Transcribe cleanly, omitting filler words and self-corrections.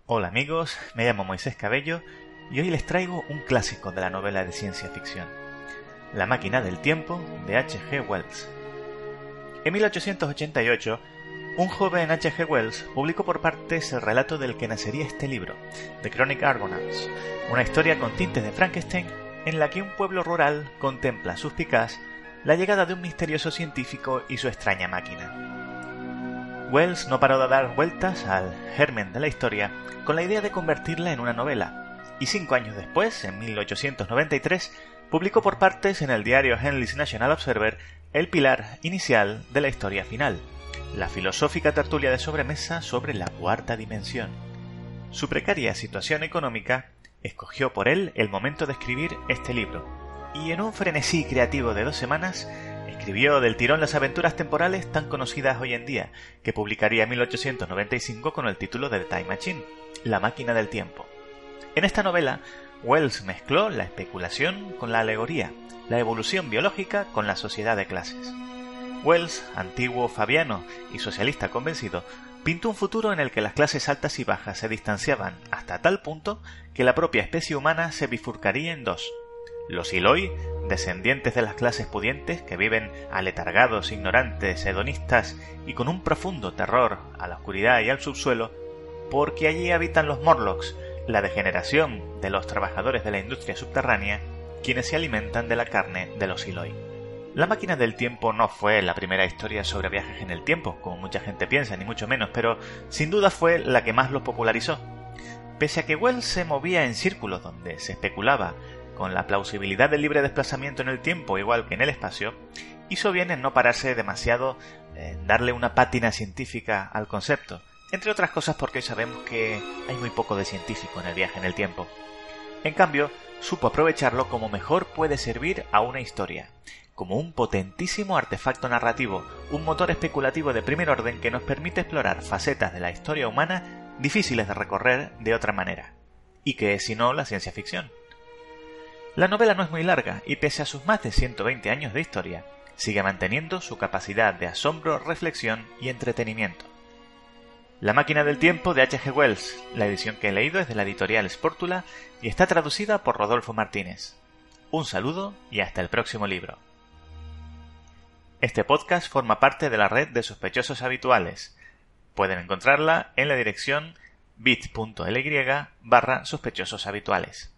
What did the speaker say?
Hola amigos, me llamo Moisés Cabello y hoy les traigo un clásico de la novela de ciencia ficción, La máquina del tiempo de H.G. Wells. En 1888, un joven H.G. Wells publicó por partes el relato del que nacería este libro, The Chronic Argonauts, una historia con tintes de Frankenstein en la que un pueblo rural contempla suspicaz la llegada de un misterioso científico y su extraña máquina. Wells no paró de dar vueltas al germen de la historia con la idea de convertirla en una novela, y 5 años después, en 1893, publicó por partes en el diario Henley's National Observer el pilar inicial de la historia final, la filosófica tertulia de sobremesa sobre la cuarta dimensión. Su precaria situación económica escogió por él el momento de escribir este libro, y en un frenesí creativo de 2 semanas, escribió del tirón las aventuras temporales tan conocidas hoy en día, que publicaría en 1895 con el título de The Time Machine, La máquina del tiempo. En esta novela, Wells mezcló la especulación con la alegoría, la evolución biológica con la sociedad de clases. Wells, antiguo fabiano y socialista convencido, pintó un futuro en el que las clases altas y bajas se distanciaban hasta tal punto que la propia especie humana se bifurcaría en dos: los Eloi, descendientes de las clases pudientes que viven aletargados, ignorantes, hedonistas y con un profundo terror a la oscuridad y al subsuelo, porque allí habitan los Morlocks, la degeneración de los trabajadores de la industria subterránea, quienes se alimentan de la carne de los Eloi. La máquina del tiempo no fue la primera historia sobre viajes en el tiempo, como mucha gente piensa, ni mucho menos, pero sin duda fue la que más lo popularizó. Pese a que Wells se movía en círculos donde se especulaba con la plausibilidad del libre desplazamiento en el tiempo igual que en el espacio, hizo bien en no pararse demasiado en darle una pátina científica al concepto, entre otras cosas porque hoy sabemos que hay muy poco de científico en el viaje en el tiempo. En cambio, supo aprovecharlo como mejor puede servir a una historia, como un potentísimo artefacto narrativo, un motor especulativo de primer orden que nos permite explorar facetas de la historia humana difíciles de recorrer de otra manera. ¿Y qué es sino la ciencia ficción? La novela no es muy larga y pese a sus más de 120 años de historia, sigue manteniendo su capacidad de asombro, reflexión y entretenimiento. La máquina del tiempo de H.G. Wells, la edición que he leído es de la editorial Sportula y está traducida por Rodolfo Martínez. Un saludo y hasta el próximo libro. Este podcast forma parte de la red de sospechosos habituales. Pueden encontrarla en la dirección bit.ly/sospechosos habituales.